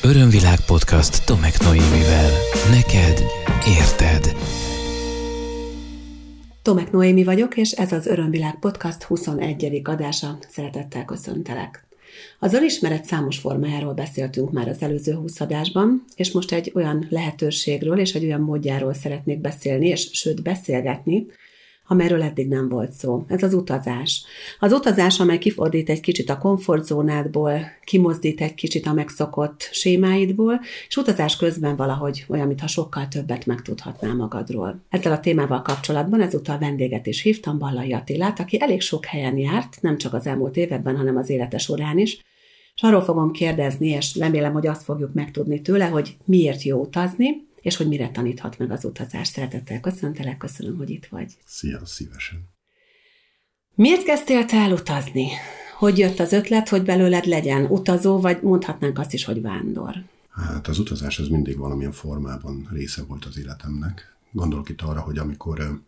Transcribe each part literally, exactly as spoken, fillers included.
Örömvilág podcast Tomek Noémivel. Neked érted. Tomek Noémi vagyok, és ez az Örömvilág podcast huszonegyedik adása. Szeretettel köszöntelek. Az önismeret számos formájáról beszéltünk már az előző húsz adásban, és most egy olyan lehetőségről és egy olyan módjáról szeretnék beszélni, és sőt beszélgetni, amelyről eddig nem volt szó. Ez az utazás. Az utazás, amely kifordít egy kicsit a komfortzónádból, kimozdít egy kicsit a megszokott sémáidból, és utazás közben valahogy olyan, mintha sokkal többet megtudhatnál magadról. Ezzel a témával kapcsolatban ezúttal vendéget is hívtam, Ballai Attilát, aki elég sok helyen járt, nem csak az elmúlt években, hanem az élete során is, és arról fogom kérdezni, és remélem, hogy azt fogjuk megtudni tőle, hogy miért jó utazni, és hogy mire taníthat meg az utazás. Szeretettel köszöntelek, köszönöm, hogy itt vagy. Szia, szívesen. Miért kezdtél te el utazni? Hogy jött az ötlet, hogy belőled legyen utazó, vagy mondhatnánk azt is, hogy vándor? Hát az utazás az mindig valamilyen formában része volt az életemnek. Gondolok itt arra, hogy amikor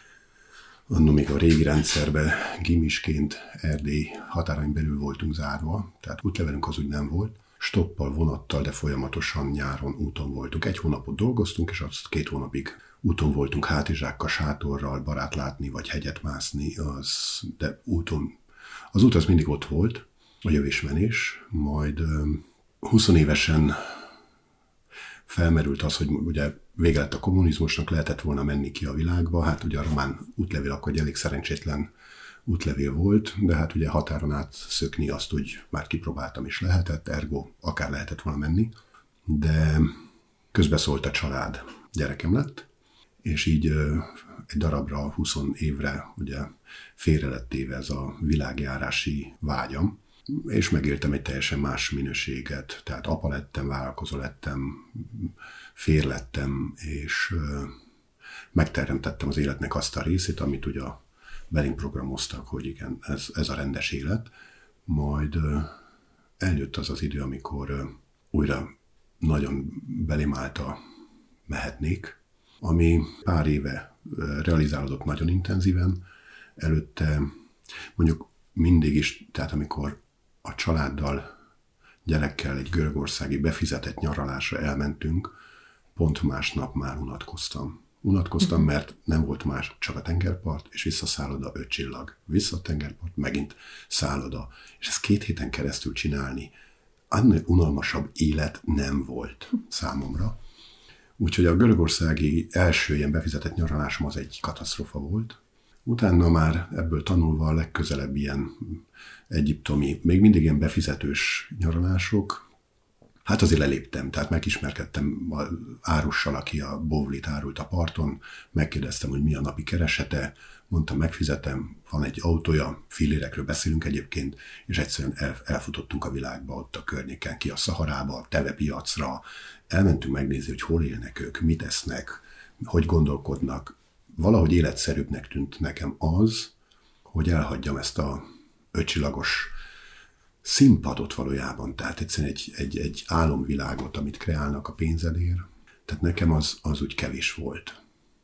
annól még a régi rendszerben gimisként Erdély határain belül voltunk zárva, tehát útlevelünk az úgy nem volt, stoppal, vonattal, de folyamatosan nyáron úton voltunk. Egy hónapot dolgoztunk, és azt két hónapig úton voltunk hátizsákkal, sátorral, barátlátni, vagy hegyet mászni, az, de úton. Az út az mindig ott volt, a jövésmenés, majd húsz évesen felmerült az, hogy ugye vége lett a kommunizmusnak, lehetett volna menni ki a világba, hát ugye a román útlevél akkor egy elég szerencsétlen útlevél volt, de hát ugye határon át szökni azt úgy már kipróbáltam is lehetett, ergo akár lehetett volna menni, de közbeszólt a család, gyerekem lett, és így egy darabra, húsz évre ugye félre lett téve ez a világjárási vágyam, és megéltem egy teljesen más minőséget, tehát apa lettem, vállalkozó lettem, fér lettem, és megteremtettem az életnek azt a részét, amit ugye belénk programoztak, hogy igen, ez, ez a rendes élet. Majd uh, eljött az az idő, amikor uh, újra nagyon belém állt a mehetnék, ami pár éve uh, realizálódott nagyon intenzíven. Előtte mondjuk mindig is, tehát amikor a családdal, gyerekkel egy görögországi befizetett nyaralásra elmentünk, pont másnap már unatkoztam. Unatkoztam, mert nem volt más, csak a tengerpart, és vissza szálloda, öt csillag. Vissza a tengerpart, megint szálloda. És ezt két héten keresztül csinálni, annál unalmasabb élet nem volt számomra. Úgyhogy a görögországi első ilyen befizetett nyaralásom az egy katasztrófa volt. Utána már ebből tanulva a legközelebb ilyen egyiptomi, még mindig ilyen befizetős nyaralások, hát azért leléptem, tehát megismerkedtem az árussal, aki a bóvlit árult a parton, megkérdeztem, hogy mi a napi keresete, mondtam, megfizetem, van egy autója, fillérekről beszélünk egyébként, és egyszerűen el, elfutottunk a világba, ott a környéken, ki a Szaharába, a telepiacra, elmentünk megnézni, hogy hol élnek ők, mit esznek, hogy gondolkodnak. Valahogy életszerűbbnek tűnt nekem az, hogy elhagyjam ezt a ötcsillagos színpadot valójában, tehát egyszerűen egy, egy, egy álomvilágot, amit kreálnak a pénzedért. Tehát nekem az, az úgy kevés volt.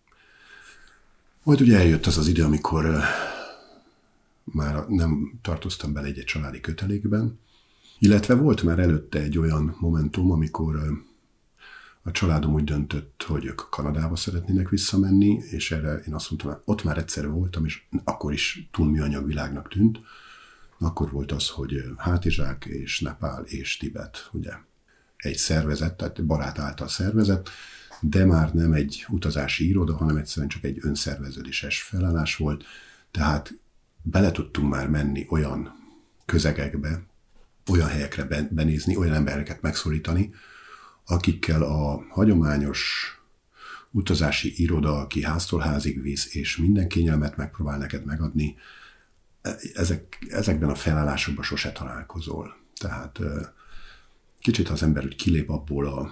Majd ugye eljött az az idő, amikor uh, már nem tartoztam bele egy családi kötelékben, illetve volt már előtte egy olyan momentum, amikor uh, a családom úgy döntött, hogy ők Kanadába szeretnének visszamenni, és erre én azt mondtam, ott már egyszer voltam, és akkor is túl műanyag világnak tűnt. Akkor volt az, hogy Hátizsák és Nepál és Tibet, ugye egy szervezet, tehát barát által szervezet, de már nem egy utazási iroda, hanem egyszerűen csak egy önszerveződéses felállás volt, tehát bele tudtunk már menni olyan közegekbe, olyan helyekre benézni, olyan embereket megszólítani, akikkel a hagyományos utazási iroda, aki háztól házig visz, és minden kényelmet megpróbál neked megadni, Ezek, ezekben a felállásokban sose találkozol. Tehát kicsit az ember úgy kilép abból a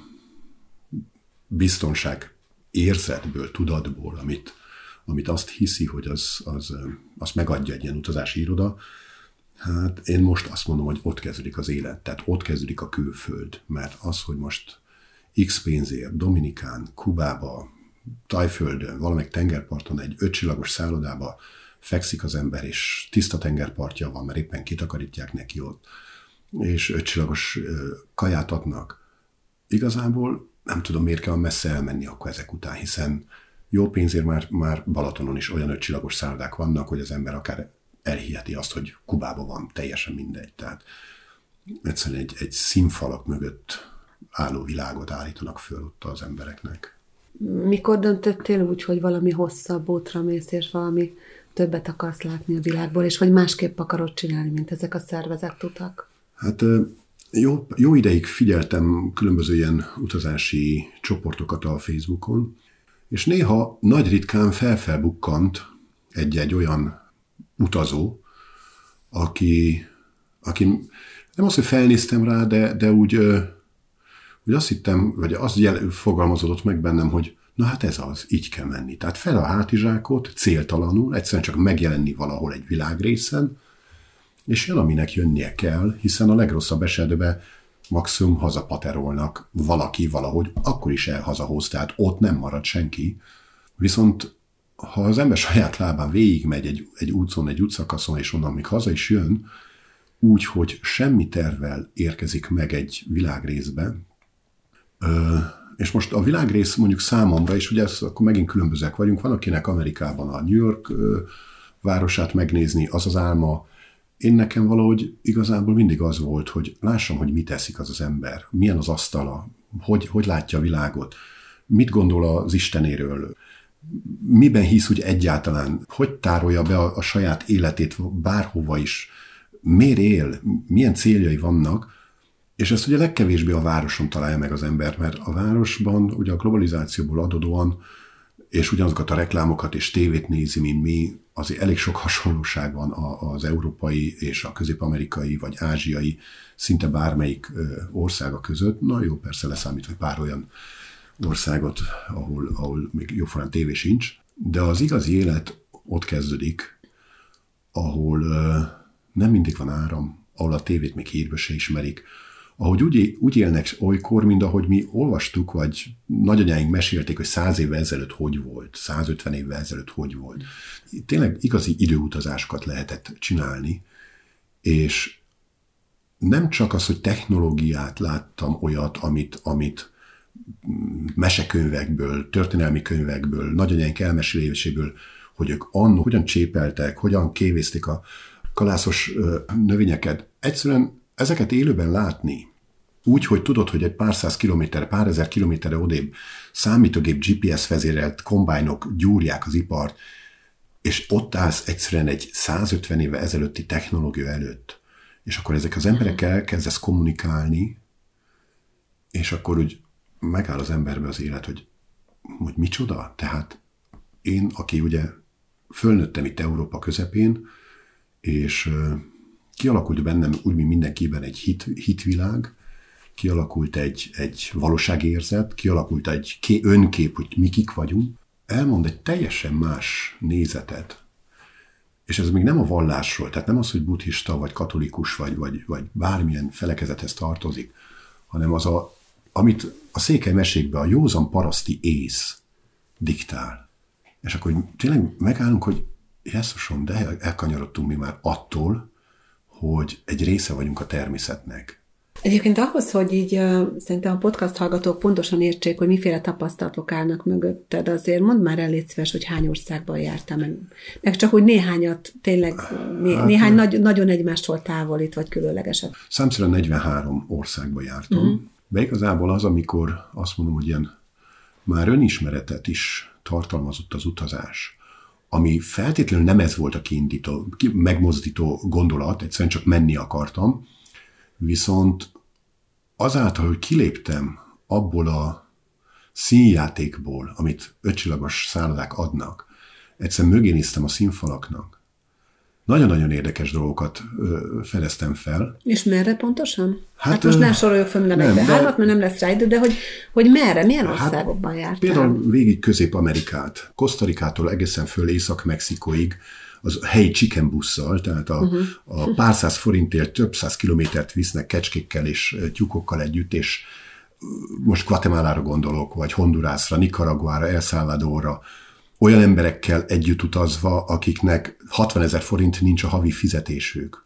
biztonság érzetből, tudatból, amit, amit azt hiszi, hogy az, az, az megadja egy ilyen utazási iroda. Hát én most azt mondom, hogy ott kezdődik az élet, tehát ott kezdődik a külföld, mert az, hogy most X pénzért Dominikán, Kubába, Tajföldön, valamelyik tengerparton egy ötcsillagos szállodába fekszik az ember, és tiszta tengerpartja van, mert éppen kitakarítják neki ott, és ötcsillagos kaját adnak, igazából nem tudom, miért kell messze elmenni akkor ezek után, hiszen jó pénzért már, már Balatonon is olyan ötcsillagos szállodák vannak, hogy az ember akár elhiheti azt, hogy Kubában van, teljesen mindegy. Tehát egyszerűen egy, egy színfalak mögött álló világot állítanak föl ott az embereknek. Mikor döntöttél úgy, hogy valami hosszabb útra mész, és valami többet akarsz látni a világból, és hogy másképp akarod csinálni, mint ezek a szervezett utak? Hát jó, jó ideig figyeltem különböző ilyen utazási csoportokat a Facebookon, és néha nagy ritkán felfelbukkant egy-egy olyan utazó, aki, aki nem azt, hogy felnéztem rá, de, de úgy, úgy azt hittem, vagy az jel, fogalmazódott meg bennem, hogy na hát ez az, így kell menni. Tehát fel a hátizsákot, céltalanul, egyszerűen csak megjelenni valahol egy világrészen, és jön, aminek jönnie kell, hiszen a legrosszabb esetben maximum hazapaterolnak valaki valahogy, akkor is elhazahoz, tehát ott nem marad senki. Viszont ha az ember saját lábán végigmegy egy, egy útszon, egy útszakaszon, és onnan még haza is jön, úgy, hogy semmi tervvel érkezik meg egy világrészbe, és most a világrész mondjuk számomra, és ugye ez, akkor megint különbözőek vagyunk, van akinek Amerikában a New York városát megnézni, az az álma. Én nekem valahogy igazából mindig az volt, hogy lássam, hogy mit eszik az az ember, milyen az asztala, hogy, hogy látja a világot, mit gondol az Istenéről, miben hisz úgy egyáltalán, hogy tárolja be a, a saját életét bárhova is, miért él, milyen céljai vannak, és ezt ugye legkevésbé a városon találja meg az ember, mert a városban ugye a globalizációból adódóan, és ugyanazokat a reklámokat és tévét nézi, mint mi, azért elég sok hasonlóság van az európai és a közép-amerikai vagy ázsiai, szinte bármelyik országa között. Na jó, persze leszámítva pár olyan országot, ahol, ahol még jóformán tévé sincs, de az igazi élet ott kezdődik, ahol nem mindig van áram, ahol a tévét még hírbe se ismerik, ahogy úgy, úgy élnek olykor, mint ahogy mi olvastuk, vagy nagyanyáink mesélték, hogy száz évvel ezelőtt hogy volt, százötven évvel ezelőtt hogy volt. Tényleg igazi időutazásokat lehetett csinálni, és nem csak az, hogy technológiát láttam olyat, amit, amit mesekönyvekből, történelmi könyvekből, nagyanyáink elmeséléséből, hogy ők annó hogyan csépeltek, hogyan kévézték a kalászos növényeket. Egyszerűen ezeket élőben látni, úgy, hogy tudod, hogy egy pár száz kilométerre, pár ezer kilométerre odébb számítógép gé pé es vezérelt kombájnok gyúrják az ipart, és ott állsz egyszerűen egy százötven éve ezelőtti technológia előtt, és akkor ezek az emberekkel kezdesz kommunikálni, és akkor úgy megáll az emberbe az élet, hogy, hogy micsoda? Tehát én, aki ugye fölnőttem itt Európa közepén, és kialakult bennem úgy, mint mindenkiben egy hit, hitvilág, kialakult egy, egy valóságérzet, kialakult egy ké, önkép, hogy mi kik vagyunk, elmond egy teljesen más nézetet. És ez még nem a vallásról, tehát nem az, hogy buddhista, vagy katolikus, vagy, vagy, vagy bármilyen felekezethez tartozik, hanem az, a, amit a székely mesékben a józan paraszti ész diktál. És akkor tényleg megállunk, hogy Jesszusom, de elkanyarodtunk mi már attól, hogy egy része vagyunk a természetnek. Egyébként ahhoz, hogy így uh, szerintem a podcast hallgatók pontosan értsék, hogy miféle tapasztalatok állnak mögötted, azért mondd már el, légy szíves, hogy hány országban jártál, meg, meg csak úgy néhányat, tényleg né, hát, néhány nagy, nagyon egymástól távolít, vagy különlegeset. Számszerűen negyvenhárom országban jártam. Uh-huh. De igazából az, amikor azt mondom, hogy ilyen már önismeretet is tartalmazott az utazás, ami feltétlenül nem ez volt a kiindító, megmozdító gondolat, egyszerűen csak menni akartam, viszont azáltal, hogy kiléptem abból a színjátékból, amit ötcsillagos szállodák adnak, egyszerűen mögé néztem a színfalaknak. Nagyon-nagyon érdekes dolgokat ö, fedeztem fel. És merre pontosan? Hát, hát most nem soroljuk fel minden egybe hármat, mert nem lesz rá idő, de hogy, hogy merre, milyen hát, országokban jártál? Például végig Közép-Amerikát, Kosztarikától egészen föl Észak-Mexikóig, az helyi chicken busszal, tehát a, uh-huh. a pár száz forintért több száz kilométert visznek kecskékkel és tyúkokkal együtt, és most Guatemalára gondolok, vagy Hondurasra, Nicaraguára, El Salvadorra, olyan emberekkel együtt utazva, akiknek hatvanezer forint nincs a havi fizetésük,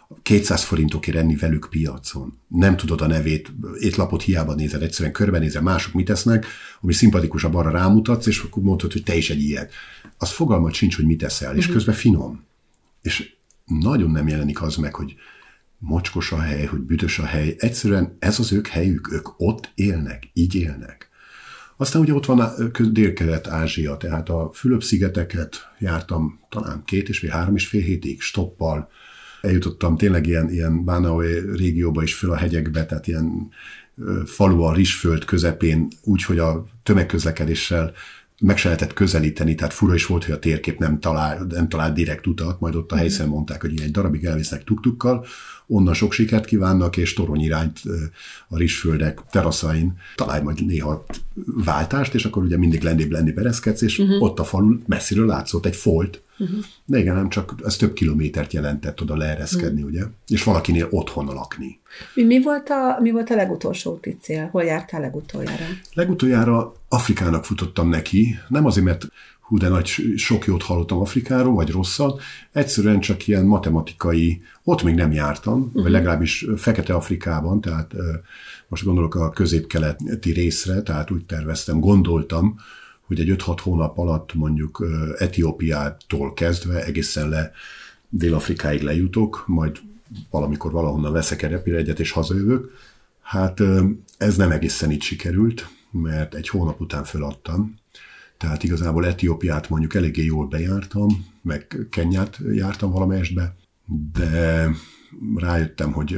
kétszáz forintokért enni velük piacon. Nem tudod a nevét, étlapot hiába nézed, egyszerűen körbenézel, mások mit esznek, ami szimpatikusabb, arra rámutatsz, és akkor mondod, hogy te is egy ilyet. Az fogalmat sincs, hogy mit eszel, és közben finom. És nagyon nem jelenik az meg, hogy mocskos a hely, hogy büdös a hely. Egyszerűen ez az ők helyük, ők ott élnek, így élnek. Aztán ugye ott van Dél-Kelet-Ázsia, tehát a Fülöp-szigeteket jártam talán két és fél, három és fél hétig stoppal. Eljutottam tényleg ilyen, ilyen Bánaue régióba is föl a hegyekbe, tehát ilyen falu a rizsföld közepén, úgyhogy a tömegközlekedéssel meg se lehetett közelíteni, tehát fura is volt, hogy a térkép nem talál, nem talált direkt utat, majd ott a helyszínen mondták, hogy egy darabig elvisznek tuktukkal, onnan sok sikert kívánnak, és torony irányt a rizsföldek teraszain találj majd néha váltást, és akkor ugye mindig lendébb-lendébb ereszkedsz, és uh-huh. ott a falu messziről látszott egy folt. Uh-huh. De igen, nem csak ez több kilométert jelentett oda leereszkedni, uh-huh. ugye? És valakinél otthon lakni. Mi, mi, volt a, mi volt a legutolsó úti cél? Hol jártál legutoljára? Legutoljára Afrikának futottam neki, nem azért, mert hú, de nagy sok jót hallottam Afrikáról, vagy rosszat, egyszerűen csak ilyen matematikai, ott még nem jártam, uh-huh. vagy legalábbis Fekete-Afrikában, tehát most gondolok a közép-keleti részre, tehát úgy terveztem, gondoltam, hogy egy öt-hat hónap alatt mondjuk Etiópiától kezdve egészen le Dél-Afrikáig lejutok, majd valamikor valahonnan veszek egy repülőjegyet és hazajövök. Hát ez nem egészen így sikerült, mert egy hónap után föladtam. Tehát igazából Etiópiát mondjuk eléggé jól bejártam, meg Kenyát jártam valamelyestbe, de rájöttem, hogy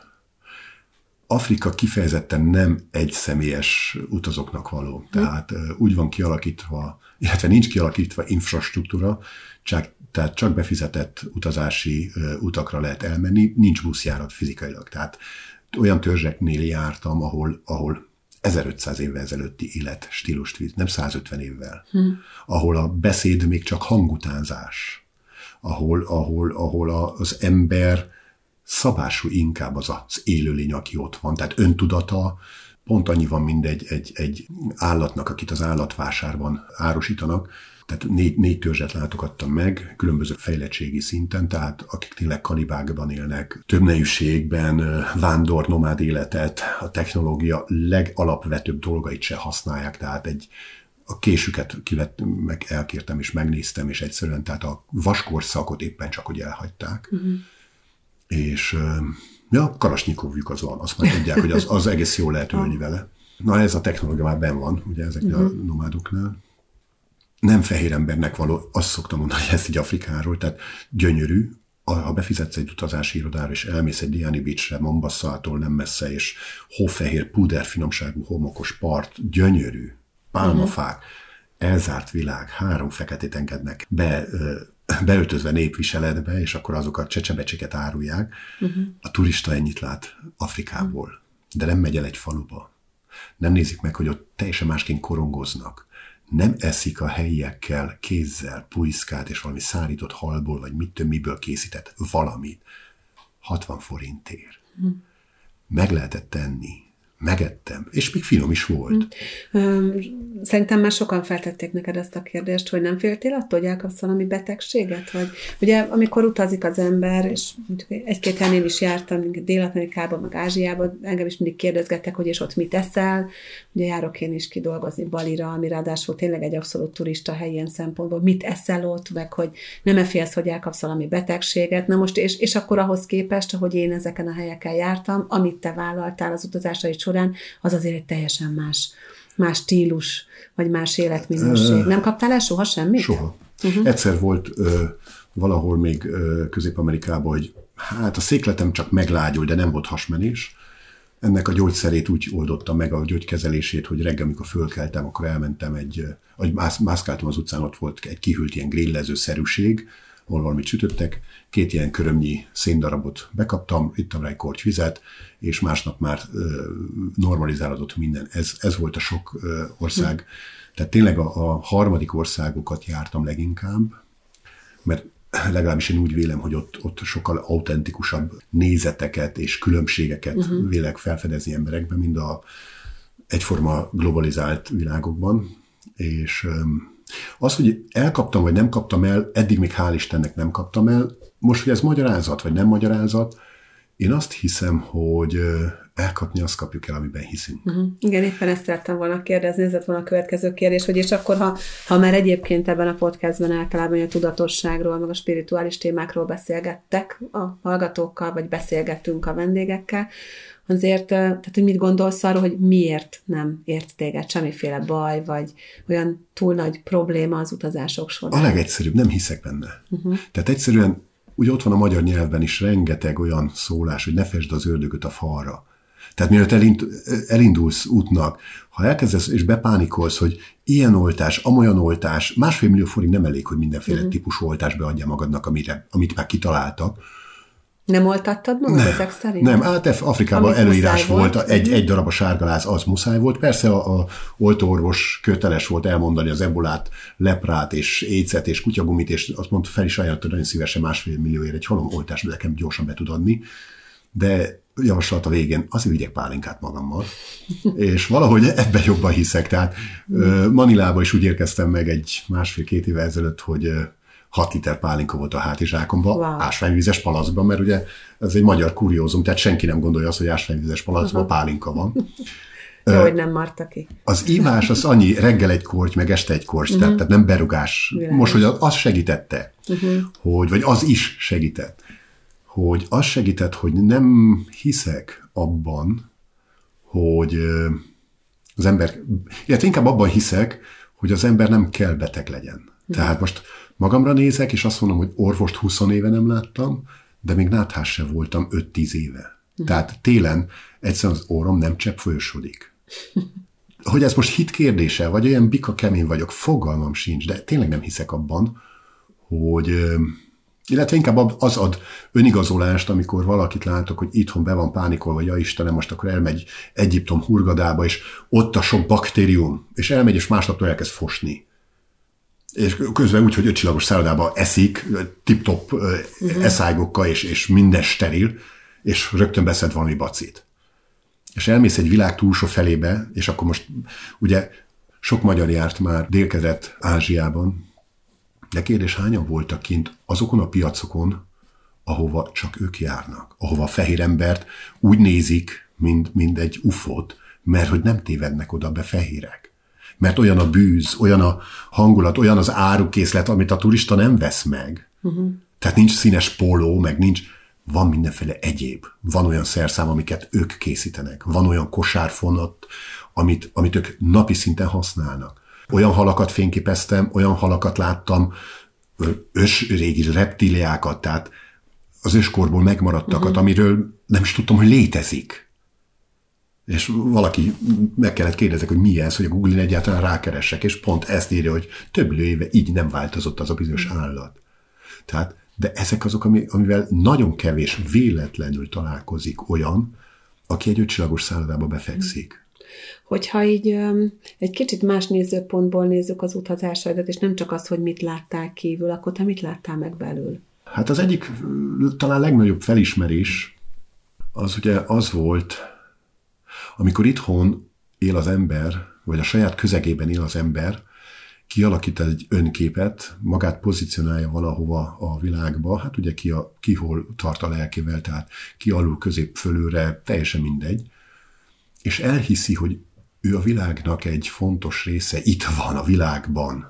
Afrika kifejezetten nem egy személyes utazóknak való. Tehát úgy van kialakítva, illetve nincs kialakítva infrastruktúra, csak, tehát csak befizetett utazási utakra lehet elmenni, nincs buszjárat fizikailag. Tehát olyan törzseknél jártam, ahol, ahol ezerötszáz évvel ezelőtti életstílust visz, nem százötven évvel, hmm. ahol a beszéd még csak hangutánzás, ahol, ahol, ahol az ember szabású inkább az az élőlény, aki ott van. Tehát öntudata pont annyi van, mint egy, egy, egy állatnak, akit az állatvásárban árusítanak. Tehát négy, négy törzset látogattam meg, különböző fejlettségi szinten, tehát akik tényleg kalibákban élnek, több nejűségben, vándor, nomád életet, a technológia legalapvetőbb dolgait se használják, tehát egy a késüket kivettem, meg elkértem és megnéztem, és egyszerűen tehát a vaskorszakot éppen csak, hogy elhagyták. Uh-huh. És ja, Kalasnyikovjuk az van, azt már tudják, hogy az, az egész jól lehet ölni vele. Na ez a technológia már benn van, ugye ezeknél uh-huh. a nomádoknál. Nem fehér embernek való, azt szoktam mondani, hogy ez így Afrikáról, tehát gyönyörű, ha befizetsz egy utazási irodára, és elmész egy Diani Beachre, Mombasszától nem messze, és hófehér, púderfinomságú homokos part, gyönyörű, pálmafák, uh-huh. elzárt világ, három feketét engednek be, beöltözve népviseletbe, és akkor azokat csecsebecséket árulják. Uh-huh. A turista ennyit lát Afrikából, de nem megy el egy faluba. Nem nézik meg, hogy ott teljesen másként korongoznak. Nem eszik a helyiekkel kézzel puiszkát és valami szárított halból, vagy mit több, miből készített valamit. hatvan forintért. Uh-huh. Meg lehetett tenni. Megettem, és még finom is volt. Szerintem már sokan feltették neked ezt a kérdést, hogy nem féltél attól, hogy elkapsz valami betegséget? Vagy ugye amikor utazik az ember, és egy-két helyen én is jártam, Dél-Amerikában, meg Ázsiában, engem is mindig kérdezgettek, hogy és ott mit eszel. Ugye járok én is kidolgozni Balira, ami ráadásul tényleg egy abszolút turista hely ilyen szempontból. Mit eszel ott, meg hogy nem félsz, hogy elkapsz valami betegséget. Na most, és, és akkor ahhoz képest, hogy én ezeken a helyeken jártam, amit te vállaltál az utazásaid során, az azért egy teljesen más, más stílus, vagy más életminőség. Nem kaptál el soha semmit? Soha. Uh-huh. Egyszer volt ö, valahol még ö, Közép-Amerikában, hogy hát a székletem csak meglágyul, de nem volt hasmenés. Ennek a gyógyszerét úgy oldottam meg, a gyógykezelését, hogy reggel, amikor fölkeltem, akkor elmentem egy, vagy mász, mászkáltam az utcán, ott volt egy kihűlt ilyen grillező szerűség, ahol valamit sütöttek, két ilyen körömnyi széndarabot bekaptam, ittam rá egy korty vizet, és másnap már ö, normalizálódott minden. Ez, ez volt a sok ö, ország. Hm. Tehát tényleg a, a harmadik országokat jártam leginkább, mert legalábbis én úgy vélem, hogy ott, ott sokkal autentikusabb nézeteket és különbségeket uh-huh. vélek felfedezni emberekben, mint a egyforma globalizált világokban. És az, hogy elkaptam vagy nem kaptam el, eddig még hál' Istennek nem kaptam el, most, hogy ez magyarázat, vagy nem magyarázat, én azt hiszem, hogy elkapni azt kapjuk el, amiben hiszünk. Uh-huh. Igen, éppen ezt szerettem volna kérdezni, ez lett volna a következő kérdés, hogy és akkor, ha, ha már egyébként ebben a podcastben általában a tudatosságról, meg a spirituális témákról beszélgettek a hallgatókkal, vagy beszélgettünk a vendégekkel, azért, tehát hogy mit gondolsz arról, hogy miért nem ért téged semmiféle baj, vagy olyan túl nagy probléma az utazások során? A legegyszerűbb, nem hiszek benne. Uh-huh. Tehát egyszerűen, ugye ott van a magyar nyelvben is rengeteg olyan szólás, hogy ne fesd az ördögöt a falra. Tehát mielőtt elindulsz útnak, ha elkezdesz és bepánikolsz, hogy ilyen oltás, amolyan oltás, másfél millió forint nem elég, hogy mindenféle uh-huh. típusú oltás beadja magadnak, amire, amit már kitaláltak. Nem oltattad magad nem, ezek szerint? Nem, hát Afrikában amit előírás volt, volt egy, egy darab a sárgaláz, az muszáj volt. Persze a, a oltóorvos köteles volt elmondani az ebolát, leprát és écet és kutyagumit, és azt mondta, fel is ajánlott, nagyon szívesen másfél millióért egy halom oltást nekem gyorsan be tud adni, de javaslat a végén, azért vigyek pálinkát magammal, és valahogy ebben jobban hiszek. Tehát mm. Manilába is úgy érkeztem meg egy másfél-két éve ezelőtt, hogy hat liter pálinka volt a hátizsákomban, wow. ásványvizes palacban, mert ugye ez egy magyar kuriózum, tehát senki nem gondolja azt, hogy ásványvizes palacban uh-huh. pálinka van. Jó, hogy nem marta ki. Az ívás az annyi, reggel egy korty, meg este egy korty, uh-huh. tehát, tehát nem berugás. Világos. Most, hogy az segítette, uh-huh. hogy, vagy az is segített, hogy az segített, hogy nem hiszek abban, hogy az ember, illetve inkább abban hiszek, hogy az ember nem kell beteg legyen. Uh-huh. Tehát most magamra nézek, és azt mondom, hogy orvost húsz éve nem láttam, de még náthás se voltam öt-tíz éve. Uh-huh. Tehát télen egyszerűen az orrom nem csepp folyosodik. Hogy ez most hit kérdése, vagy olyan bika kemény vagyok, fogalmam sincs, de tényleg nem hiszek abban, hogy, illetve inkább az ad önigazolást, amikor valakit látok, hogy itthon be van pánikolva, ja Istenem, most akkor elmegy Egyiptom Hurgadába, és ott a sok baktérium, és elmegy, és másnaptól elkezd fosni. És közben úgy, hogy ötcsillagos szállodában eszik, tip-top uh-huh. eszálygokkal, és, és minden steril, és rögtön beszed valami bacit. És elmész egy világ túlsó felébe, és akkor most ugye sok magyar járt már Délkelet-Ázsiában, de kérdés, hányan voltak kint azokon a piacokon, ahova csak ők járnak, ahova a fehér embert úgy nézik, mint, mint egy ufót, mert hogy nem tévednek oda be fehérek. Mert olyan a bűz, olyan a hangulat, olyan az árukészlet, amit a turista nem vesz meg. Uh-huh. Tehát nincs színes póló, meg nincs, van mindenféle egyéb. Van olyan szerszám, amiket ők készítenek. Van olyan kosárfonat, amit, amit ők napi szinten használnak. Olyan halakat fényképeztem, olyan halakat láttam, ős régi reptíliákat, tehát az őskorból megmaradtakat, uh-huh. amiről nem is tudtam, hogy létezik. És valaki meg kellett kérdezek, hogy mi ez, hogy a Google-in egyáltalán rákeressek, és pont ezt írja, hogy több millió éve így nem változott az a bizonyos állat. Tehát, de ezek azok, amivel nagyon kevés véletlenül találkozik olyan, aki egy ötcsillagos szállodába befekszik. Hogyha így egy kicsit más nézőpontból nézzük az utazásaidat, és nem csak az, hogy mit láttál kívül, akkor te mit láttál meg belül? Hát az egyik talán legnagyobb felismerés az ugye az volt, amikor itthon él az ember, vagy a saját közegében él az ember, kialakít egy önképet, magát pozícionálja valahova a világba, hát ugye ki, a, ki hol tart a lelkével, tehát ki alul, közép, fölülre, teljesen mindegy, és elhiszi, hogy ő a világnak egy fontos része, itt van a világban.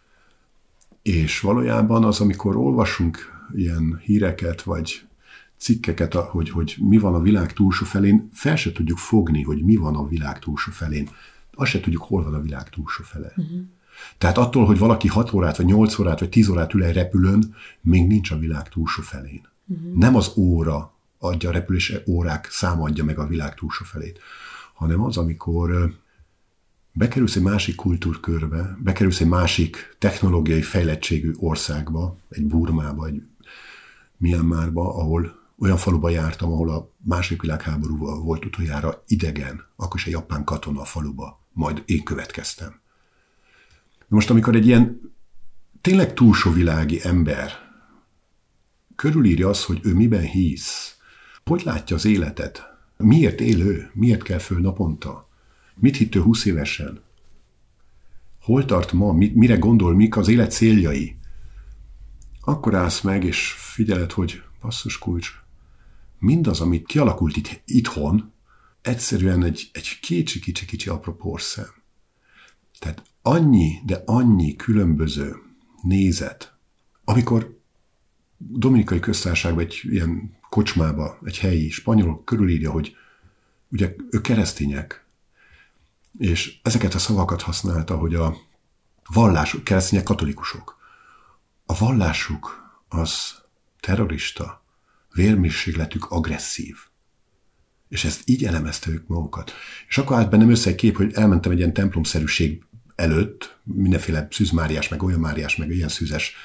És valójában az, amikor olvasunk ilyen híreket, vagy cikkeket, hogy, hogy mi van a világ túlsó felén, fel se tudjuk fogni, hogy mi van a világ túlsó felén. Azt se tudjuk, hol van a világ túlsó fele. Uh-huh. Tehát attól, hogy valaki hat órát, vagy nyolc órát, vagy tíz órát ül egy repülőn, még nincs a világ túlsó felén. Uh-huh. Nem az óra adja, a repülés órák száma adja meg a világ túlsó felét, hanem az, amikor bekerülsz egy másik kultúrkörbe, bekerülsz egy másik technológiai fejlettségű országba, egy Burmába, egy Myanmarba, ahol olyan faluba jártam, ahol a második világháború volt utoljára idegen, akkor is egy japán katona a faluba, majd én következtem. Most amikor egy ilyen tényleg túlsó világi ember körülírja azt, hogy ő miben hisz, hogy látja az életet, miért él ő, miért kell föl naponta, mit hitt ő húsz évesen, hol tart ma, mire gondol, mik az élet céljai, akkor állsz meg, és figyeled, hogy basszus kulcs, mindaz, amit kialakult itt, itthon, egyszerűen egy, egy kicsi-kicsi-kicsi apró porszem. Tehát annyi, de annyi különböző nézet, amikor Dominikai Köztársaságban egy ilyen kocsmába egy helyi spanyol körülírja, hogy ugye ők keresztények, és ezeket a szavakat használta, hogy a vallásuk, keresztények, katolikusok, a vallásuk az terrorista, vérmérsékletük agresszív. És ezt így elemezte ők magukat. És akkor állt bennem össze egy kép, hogy elmentem egy ilyen templomszerűség előtt, mindenféle szűzmáriás, meg olyan máriás, meg ilyen szűzes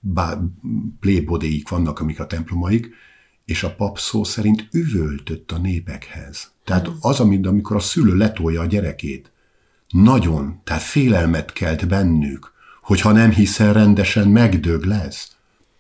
plébodéik vannak, amik a templomaik, és a pap szó szerint üvöltött a népekhez. Tehát az, amit, amikor a szülő letolja a gyerekét, nagyon, tehát félelmet kelt bennük, hogyha nem hiszel rendesen, megdög lesz.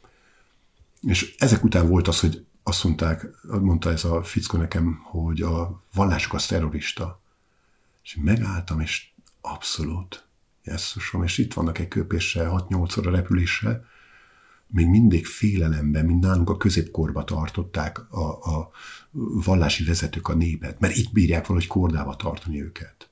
És ezek után volt az, hogy azt mondták, mondta ez a fickó nekem, hogy a vallásuk az terrorista. És megálltam, és abszolút, jesszusom, és itt vannak egy köpéssel, hat-nyolc óra repüléssel, még mindig félelemben, mint nálunk a középkorba tartották a, a vallási vezetők a népet, mert itt bírják valahogy kordába tartani őket.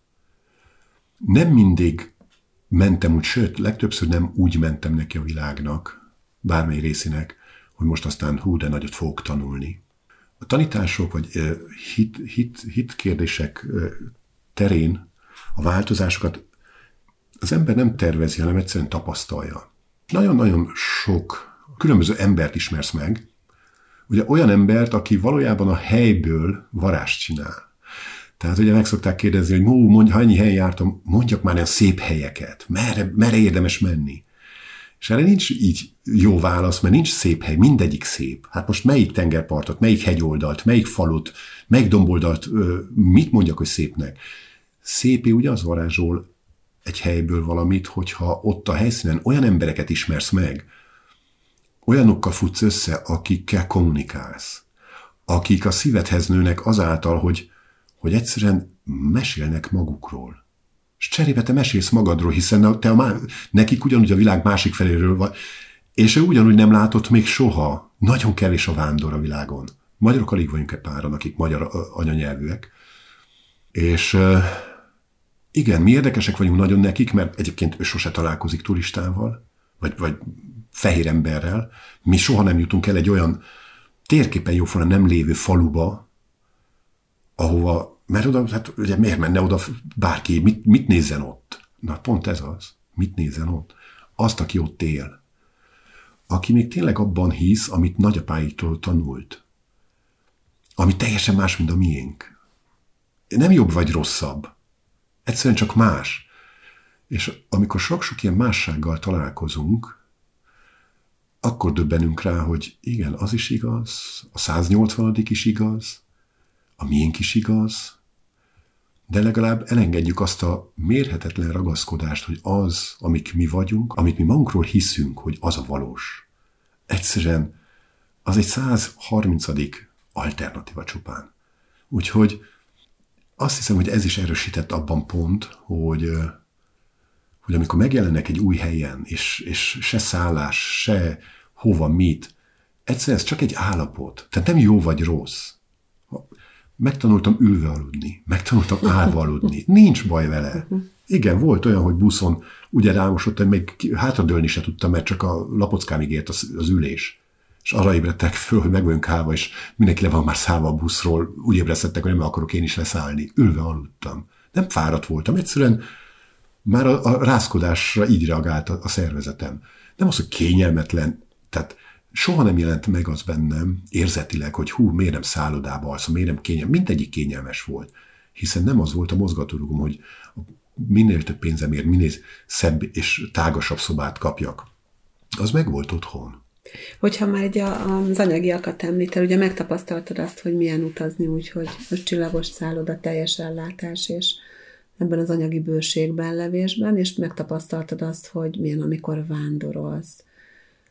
Nem mindig mentem úgy, sőt, legtöbbször nem úgy mentem neki a világnak, bármely részének, hogy most aztán hú, de nagyot fogok tanulni. A tanítások, vagy uh, hit, hit, hit kérdések uh, terén a változásokat az ember nem tervezi, hanem egyszerűen tapasztalja. Nagyon-nagyon sok különböző embert ismersz meg, ugye olyan embert, aki valójában a helyből varást csinál. Tehát ugye meg szokták kérdezni, hogy mó, mondj, ha ennyi helyen jártam, mondjak már olyan szép helyeket, merre, merre érdemes menni. És erre nincs így jó válasz, mert nincs szép hely, mindegyik szép. Hát most melyik tengerpartot, melyik hegyoldalt, melyik falut, melyik domboldalt, mit mondjak, hogy szépnek? Szépé ugye az varázsol egy helyből valamit, hogyha ott a helyszínen olyan embereket ismersz meg, olyanokkal futsz össze, akikkel kommunikálsz, akik a szívedhez nőnek azáltal, hogy, hogy egyszerűen mesélnek magukról. És cserébe te mesélsz magadról, hiszen te a, nekik ugyanúgy a világ másik feléről vagy, és ő ugyanúgy nem látott még soha. Nagyon kevés a vándor a világon. Magyarok alig vagyunk egy páran, akik magyar anyanyelvűek. És igen, mi érdekesek vagyunk nagyon nekik, mert egyébként ő sose találkozik turistával, vagy, vagy fehér emberrel. Mi soha nem jutunk el egy olyan térképen jóformán nem lévő faluba, ahova, mert oda, hát ugye miért menne oda bárki, mit, mit nézzen ott? Na pont ez az, mit nézzen ott? Azt, aki ott él. Aki még tényleg abban hisz, amit nagyapáitól tanult. Ami teljesen más, mint a miénk. Nem jobb vagy rosszabb. Egyszerűen csak más. És amikor sok-sok ilyen mássággal találkozunk, akkor döbbenünk rá, hogy igen, az is igaz, a száznyolcvanadik is igaz, a miénk is igaz, de legalább elengedjük azt a mérhetetlen ragaszkodást, hogy az, amik mi vagyunk, amit mi magunkról hiszünk, hogy az a valós. Egyszerűen az egy százharmincadik alternatíva csupán. Úgyhogy azt hiszem, hogy ez is erősített abban pont, hogy, hogy amikor megjelennek egy új helyen, és, és se szállás, se hova, mit, egyszerűen ez csak egy állapot. Tehát nem jó vagy rossz. Megtanultam ülve aludni, megtanultam állva aludni. Nincs baj vele. Igen, volt olyan, hogy buszon ugye rámosodtam, még hátradőlni se tudtam, mert csak a lapockámig ért az, az ülés. És arra ébredtek föl, hogy meg vagyunk állva, és mindenki le van már szállva a buszról, úgy ébresztettek, hogy nem akarok én is leszállni. Ülve aludtam. Nem fáradt voltam, egyszerűen már a, a rázkodásra így reagált a, a szervezetem. Nem az, hogy kényelmetlen, tehát soha nem jelent meg az bennem érzetileg, hogy hú, miért nem szállodába alszom, miért nem kényelmes. Mindegyik kényelmes volt. Hiszen nem az volt a mozgatórugom, hogy minél több pénzemért, minél szebb és tágasabb szobát kapjak. Az meg volt otthon. Hogyha már egy az anyagiakat említel, ugye megtapasztaltad azt, hogy milyen utazni úgy, hogy most csillagos szálloda, teljes ellátás, és ebben az anyagi bőségben, levésben, és megtapasztaltad azt, hogy milyen, amikor vándorolsz.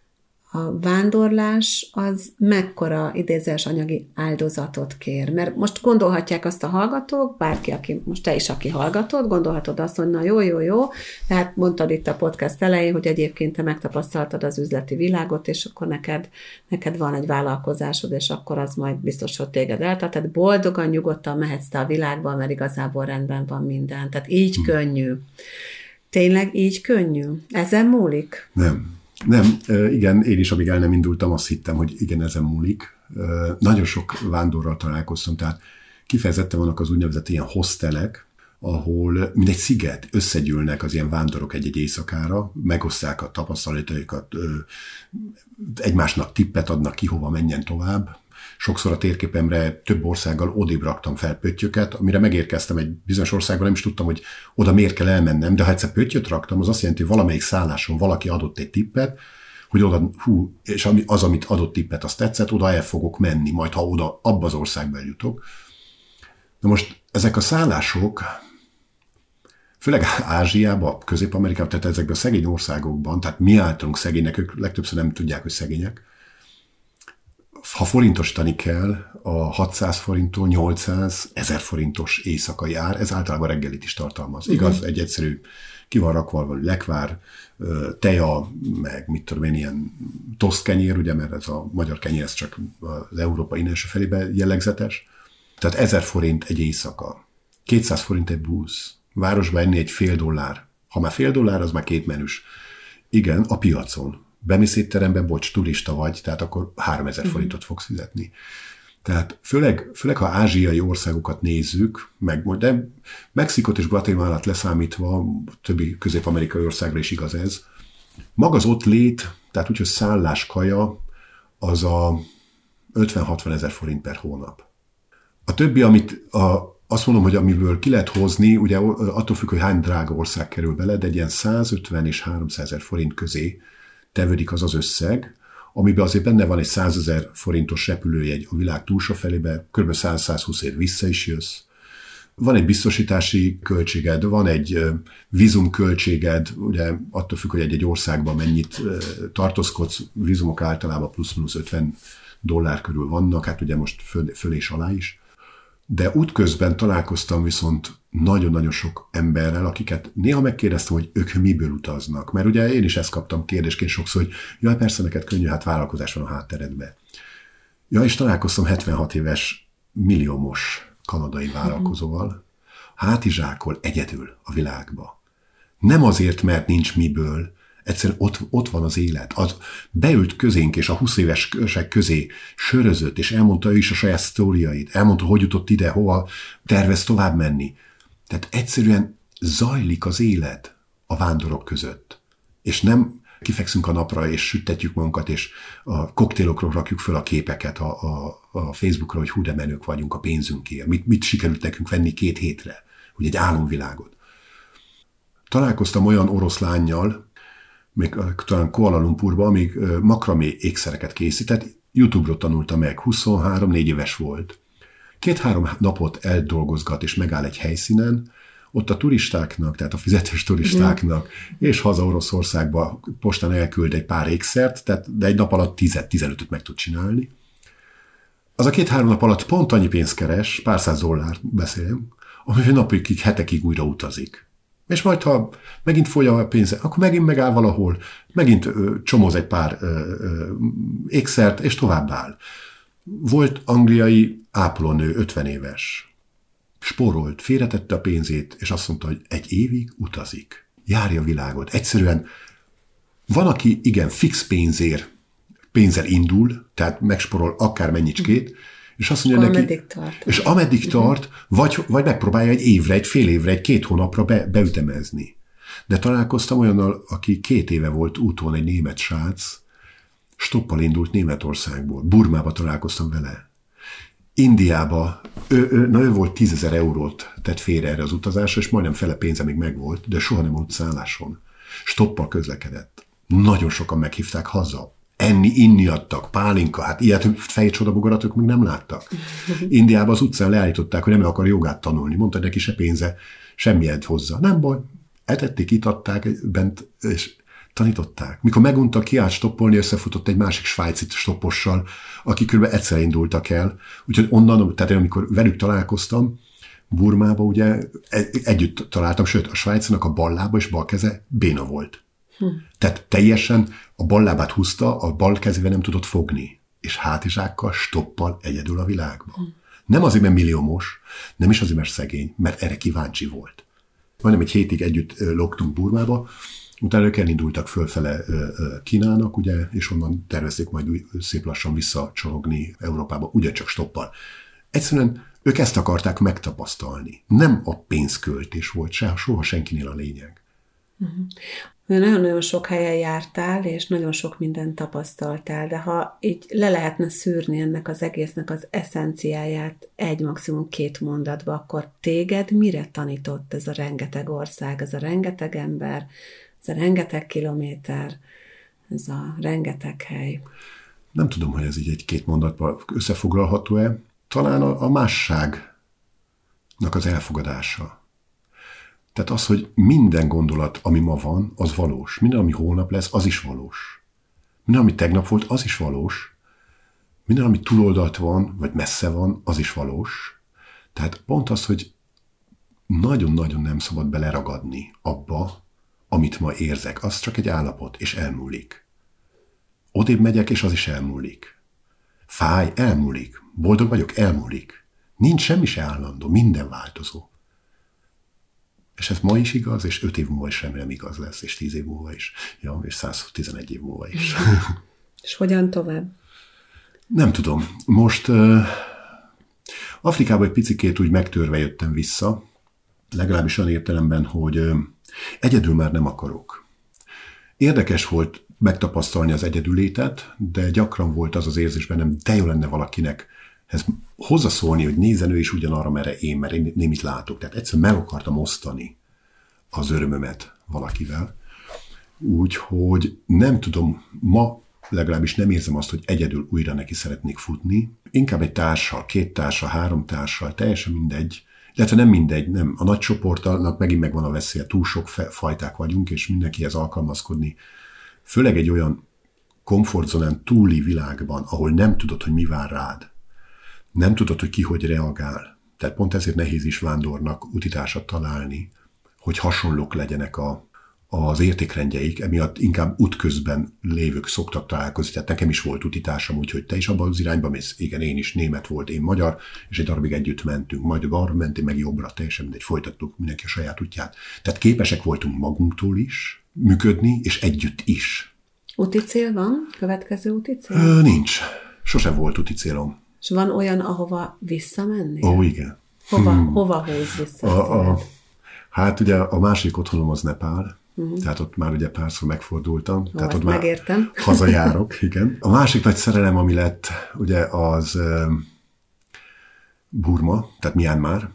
a vándorlás az mekkora idézős anyagi áldozatot kér. Mert most gondolhatják azt a hallgatók, bárki, aki, most te is, aki hallgatod, gondolhatod azt, hogy na jó, jó, jó, tehát mondtad itt a podcast elején, hogy egyébként te megtapasztaltad az üzleti világot, és akkor neked, neked van egy vállalkozásod, és akkor az majd biztos, hogy téged eltart. Tehát boldogan, nyugodtan mehetsz te a világban, mert igazából rendben van minden. Tehát így hm. könnyű. Tényleg így könnyű? Ezen múlik? Nem. Nem, igen, én is, amíg el nem indultam, azt hittem, hogy igen, ezen múlik. Nagyon sok vándorral találkoztam, tehát kifejezetten vannak az úgynevezett ilyen hostelek, ahol mindegy sziget, összegyűlnek az ilyen vándorok egy-egy éjszakára, megosztják a tapasztalataikat, egymásnak tippet adnak ki, hova menjen tovább. Sokszor a térképemre több országgal odébb raktam fel pöttyöket, amire megérkeztem egy bizonyos országban, nem is tudtam, hogy oda miért kell elmennem, de ha egyszer pöttyöt raktam, az azt jelenti, hogy valamelyik szálláson valaki adott egy tippet, hogy oda, hú, és az, amit adott tippet, azt tetszett, oda el fogok menni, majd ha oda, abba az országba eljutok. Na most ezek a szállások, főleg Ázsiában, Közép-Amerikában, tehát ezekben a szegény országokban, tehát mi általunk szegények, ők legtöbbször nem tudják, hogy szegények. Ha forintosítani kell, a hatszáz forinttól nyolcszáz, ezer forintos éjszakai ár, ez általában reggelit is tartalmaz. Uh-huh. Igaz, egy egyszerű, ki van rakva valami lekvár, teja, meg mit tudom én, ilyen toszt kenyér, ugye, mert ez a magyar kenyér, ez csak az Európa innenső felébe jellegzetes. Tehát ezer forint egy éjszaka, kétszáz forint egy busz, városba enni egy fél dollár. Ha már fél dollár, az már két menüs. Igen, a piacon. Bemész étterembe, bocs, turista vagy, tehát akkor háromezer uh-huh. forintot fogsz fizetni. Tehát főleg, főleg, ha ázsiai országokat nézzük, meg, de Mexikót és Guatemalát leszámítva, többi közép-amerikai országra is igaz ez, maga az ott lét, tehát úgyhogy szállás, kaja, az a ötven-hatvan ezer forint per hónap. A többi, amit a, azt mondom, hogy amiből ki lehet hozni, ugye attól függ, hogy hány drága ország kerül bele, de egy ilyen százötven és háromszáz ezer forint közé tevődik az az összeg, amiben azért benne van egy százezer forintos repülőjegy a világ túlsó felébe, kb. száz-százhúsz év vissza is jössz. Van egy biztosítási költséged, van egy vízumköltséged, ugye attól függ, hogy egy-egy országban mennyit tartózkodsz, vízumok általában plusz-minusz ötven dollár körül vannak, hát ugye most föl, föl és alá is. De útközben találkoztam viszont nagyon-nagyon sok emberrel, akiket néha megkérdeztem, hogy ők miből utaznak. Mert ugye én is ezt kaptam kérdésként sokszor, hogy jaj, persze neked könnyű, hát vállalkozás van a hátteredben. Ja, és találkoztam hetvenhat éves milliómos kanadai vállalkozóval, hátizsákol egyedül a világba. Nem azért, mert nincs miből, egyszerűen ott, ott van az élet. Az beült közénk, és a húsz évesek közé sörözött, és elmondta ő is a saját sztóriait, elmondta, hogy jutott ide, hova tervez tovább menni. Tehát egyszerűen zajlik az élet a vándorok között. És nem kifekszünk a napra, és süttetjük magunkat, és a koktélokról rakjuk föl a képeket a, a, a Facebookra, hogy hú, de menők vagyunk a pénzünkért. Mit, mit sikerült nekünk venni két hétre? Hogy egy álomvilágot. Találkoztam olyan orosz lánnyal, még talán Kuala Lumpurban, amíg makramé ékszereket készített, YouTube-ról tanulta meg, huszonhárom-négy éves volt. Két-három napot eldolgozgat és megáll egy helyszínen, ott a turistáknak, tehát a fizetős turistáknak, mm. és haza Oroszországba postán elküld egy pár ékszert, tehát, de egy nap alatt tíz-tizenötöt meg tud csinálni. Az a két-három nap alatt pont annyi pénzt keres, pár száz dollárt beszélem, amivel napokig, hetekig újra utazik. És majd, ha megint fogy a pénze, akkor megint megáll valahol, megint ö, csomoz egy pár ö, ö, ékszert, és tovább áll. Volt angliai ápolónő, ötven éves. Spórolt, félretette a pénzét, és azt mondta, hogy egy évig utazik. Járja a világot. Egyszerűen van, aki igen, fix pénzért, pénzzel indul, tehát megspórol akár mennyicskét, és azt mondja neki, ameddig tart. és ameddig uh-huh. tart, vagy, vagy megpróbálja egy évre, egy fél évre, egy két hónapra be, beütemezni. De találkoztam olyannal, aki két éve volt úton, egy német srác, stoppal indult Németországból. Burmába találkoztam vele. Indiába, ő, ő, na ő volt tízezer eurót tett félre erre az utazásra, és majdnem fele pénze még megvolt, de soha nem volt szálláson. Stoppal közlekedett. Nagyon sokan meghívták haza. Enni, inni adtak, pálinka, hát ilyet fejcsodabogarat ők még nem láttak. Indiában az utcán leállították, hogy nem akar jogát tanulni. Mondta, neki se pénze, semmilyet hozzá. Nem baj, etették, itatták bent, és Tanították. Mikor megunta, kiállt stoppolni, összefutott egy másik svájci stoppossal, akik kb. Egyszer indultak el. Úgyhogy onnan, tehát én amikor velük találkoztam, Burmába ugye együtt találtam, sőt a Svájcnak a bal lába és bal keze béna volt. Hm. Tehát teljesen a bal lábát húzta, a bal kezével nem tudott fogni. És hátizsákkal, stoppal egyedül a világban. Hm. Nem azért, mert milliómos, nem is azért, mert szegény, mert erre kíváncsi volt. Majdnem egy hétig együtt loktunk Burmába, utána ők elindultak fölfele Kínának, ugye, és onnan tervezték majd szép lassan visszacsorogni Európába, ugyancsak stoppal. Egyszerűen ők ezt akarták megtapasztalni. Nem a pénzköltés volt se, soha senkinél a lényeg. Uh-huh. Nagyon-nagyon sok helyen jártál, és nagyon sok mindent tapasztaltál, de ha így le lehetne szűrni ennek az egésznek az eszenciáját egy, maximum két mondatba, akkor téged mire tanított ez a rengeteg ország, ez a rengeteg ember, ez a rengeteg kilométer, ez a rengeteg hely? Nem tudom, hogy ez így egy-két mondatban összefoglalható-e. Talán a, a másságnak az elfogadása. Tehát az, hogy minden gondolat, ami ma van, az valós. Minden, ami holnap lesz, az is valós. Minden, ami tegnap volt, az is valós. Minden, ami túloldalt van, vagy messze van, az is valós. Tehát pont az, hogy nagyon-nagyon nem szabad beleragadni abba, amit ma érzek. Az csak egy állapot, és elmúlik. Odébb megyek, és az is elmúlik. Fáj, elmúlik. Boldog vagyok, elmúlik. Nincs semmi se állandó, minden változó. És ez ma is igaz, és öt év múlva is remélem igaz lesz, és tíz év múlva is. Ja, és száztizenegy év múlva is. És hogyan tovább? Nem tudom. Most uh, Afrikában egy picikét úgy megtörve jöttem vissza, legalábbis olyan értelemben, hogy uh, egyedül már nem akarok. Érdekes volt megtapasztalni az egyedülétet, de gyakran volt az az érzés bennem, de jó lenne valakinek ez hozzaszólni, hogy nézzen ő is ugyanarra, merre én, mert én nem itt látok. Tehát egyszerűen meg akartam osztani az örömömet valakivel. Úgyhogy nem tudom, ma legalábbis nem érzem azt, hogy egyedül újra neki szeretnék futni. Inkább egy társal, két társal, három társal, teljesen mindegy. Illetve nem mindegy, nem. A nagy csoportnak megint megvan a veszélye, túl sok fajták vagyunk, és mindenkihez alkalmazkodni. Főleg egy olyan komfortzónán túli világban, ahol nem tudod, hogy mi vár rád. Nem tudod, hogy ki hogy reagál. Tehát pont ezért nehéz is vándornak utitársat találni, hogy hasonlók legyenek a, az értékrendjeik, emiatt inkább útközben lévők szoktak találkozni. Tehát nekem is volt utitársam, úgyhogy te is abban az irányba mész. Igen, én is, német volt, én magyar, és egy darabig együtt mentünk. Majd balra mentünk, meg jobbra, teljesen mindegy, folytattuk mindenki a saját útját. Tehát képesek voltunk magunktól is működni, és együtt is. Úti cél van? Következő úti cél? Ö, nincs. Sose volt úti célom. És van olyan, ahova visszamenni? Ó, igen. Hova, hmm. hova húz vissza? A, a, hát ugye a másik otthonom az Nepál, uh-huh. tehát ott már ugye párszor megfordultam. Ó, tehát ott megértem. Már hazajárok, igen. A másik nagy szerelem, ami lett, ugye az uh, Burma, tehát Myanmar.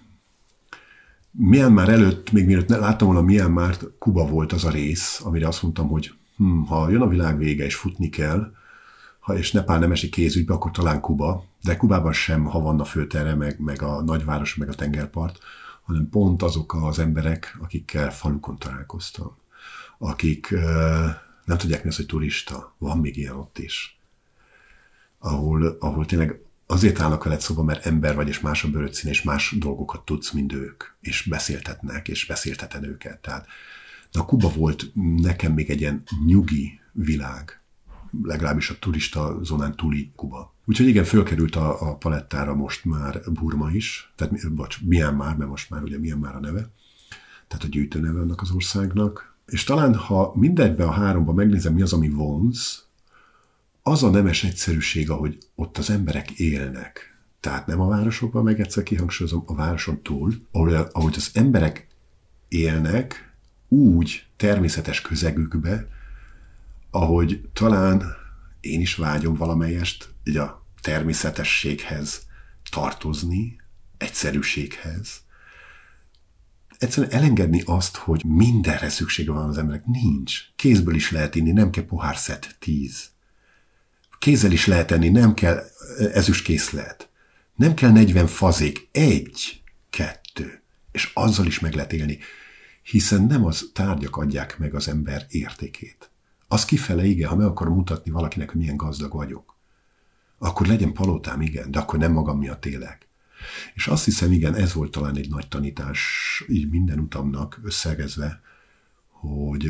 Myanmar előtt, még mielőtt láttam volna Myanmart, Kuba volt az a rész, amire azt mondtam, hogy hm, ha jön a világ vége és futni kell, ha és Nepál nem esik kézügybe, akkor talán Kuba, de Kubában sem Havanna főtere, meg, meg a nagyváros, meg a tengerpart, hanem pont azok az emberek, akikkel falukon találkoztam, akik uh, nem tudják mi az, hogy turista, van még ilyen ott is, ahol, ahol tényleg azért állnak veled szóba, mert ember vagy, és más a bőröd színe, és más dolgokat tudsz, mint ők, és beszéltetnek, és beszélteted őket. Tehát, de a Kuba volt nekem még egy ilyen nyugi világ, legalábbis a turista zónán túli Kuba. Úgyhogy igen, fölkerült a, a palettára most már Burma is, tehát bocs, Myanmar, mert most már ugye Myanmar a neve, tehát a gyűjtő neve annak az országnak. És talán, ha mindegybe a háromba megnézem, mi az, ami vonz, az a nemes egyszerűség, ahogy ott az emberek élnek. Tehát nem a városokban, meg egyszer kihangsúlyozom, a városon túl, ahol, ahogy az emberek élnek úgy természetes közegükbe, ahogy talán én is vágyom valamelyest így a természetességhez tartozni, egyszerűséghez. Egyszerűen elengedni azt, hogy mindenre szüksége van az emberek. Nincs. Kézből is lehet inni, nem kell pohárszett tíz. Kézzel is lehet enni, nem kell ezüstkészlet. Nem kell negyven fazék, egy, kettő. És azzal is meg lehet élni. Hiszen nem az tárgyak adják meg az ember értékét. Az kifele, igen, ha meg akarom mutatni valakinek, hogy milyen gazdag vagyok, akkor legyen palotám, igen, de akkor nem magam miatt élek. És azt hiszem, igen, ez volt talán egy nagy tanítás így minden utamnak összegezve, hogy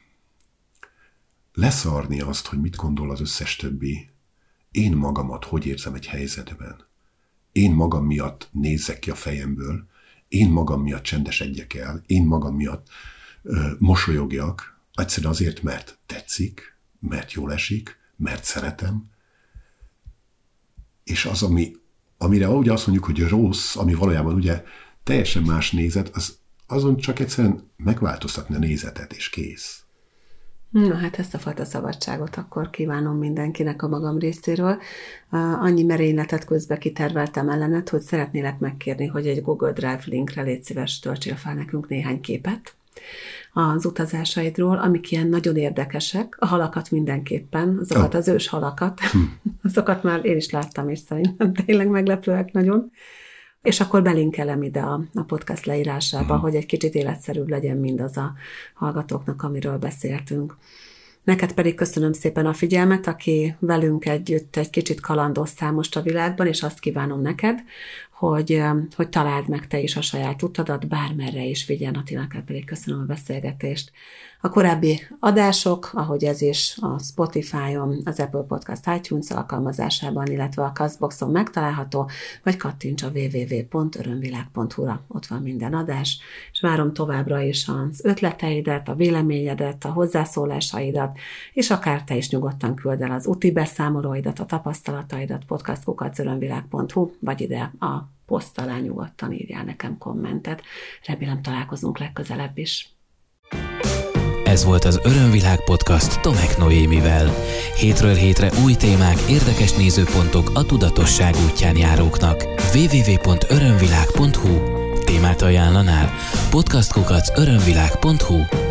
leszarni azt, hogy mit gondol az összes többi, én magamat hogy érzem egy helyzetben. Én magam miatt nézzek ki a fejemből, én magam miatt csendesedjek el, én magam miatt ö, mosolyogjak, egyszerűen azért, mert tetszik, mert jól esik, mert szeretem, és az, ami, amire ugye azt mondjuk, hogy rossz, ami valójában ugye teljesen más nézet, az, azon csak egyszerűen megváltoztatni a nézetet, és kész. Na hát ezt a fajta szabadságot akkor kívánom mindenkinek a magam részéről. Annyi merényletet közbe kiterveltem ellenet, hogy szeretnélek megkérni, hogy egy Google Drive linkre légy szíves, töltsél fel nekünk néhány képet az utazásaidról, amik ilyen nagyon érdekesek. A halakat mindenképpen, azokat oh. az ős halakat, azokat már én is láttam, és szerintem tényleg meglepőek nagyon. És akkor belinkelem ide a, a podcast leírásába, uh-huh. hogy egy kicsit életszerűbb legyen mindaz a hallgatóknak, amiről beszéltünk. Neked pedig köszönöm szépen a figyelmet, aki velünk együtt egy kicsit kalandoztál most a világban, és azt kívánom neked, hogy, hogy találd meg te is a saját utadat, bármerre is vigyen. Attilának pedig köszönöm a beszélgetést. A korábbi adások, ahogy ez is a Spotify-on, az Apple Podcast iTunes alkalmazásában, illetve a Castboxon megtalálható, vagy kattints a double-u double-u double-u pont örömvilág pont hu-ra, ott van minden adás, és várom továbbra is az ötleteidet, a véleményedet, a hozzászólásaidat, és akár te is nyugodtan küld el az úti beszámolóidat, a tapasztalataidat podcast kukac örömvilág pont hu, vagy ide a poszt alá nyugodtan írjál nekem kommentet. Remélem találkozunk legközelebb is. Ez volt az Örömvilág Podcast Tomek Noémivel. Hétről hétre új témák, érdekes nézőpontok a tudatosság útján járóknak. double-u double-u double-u pont örömvilág pont hu Témát ajánlanál? podcast kukac örömvilág pont hu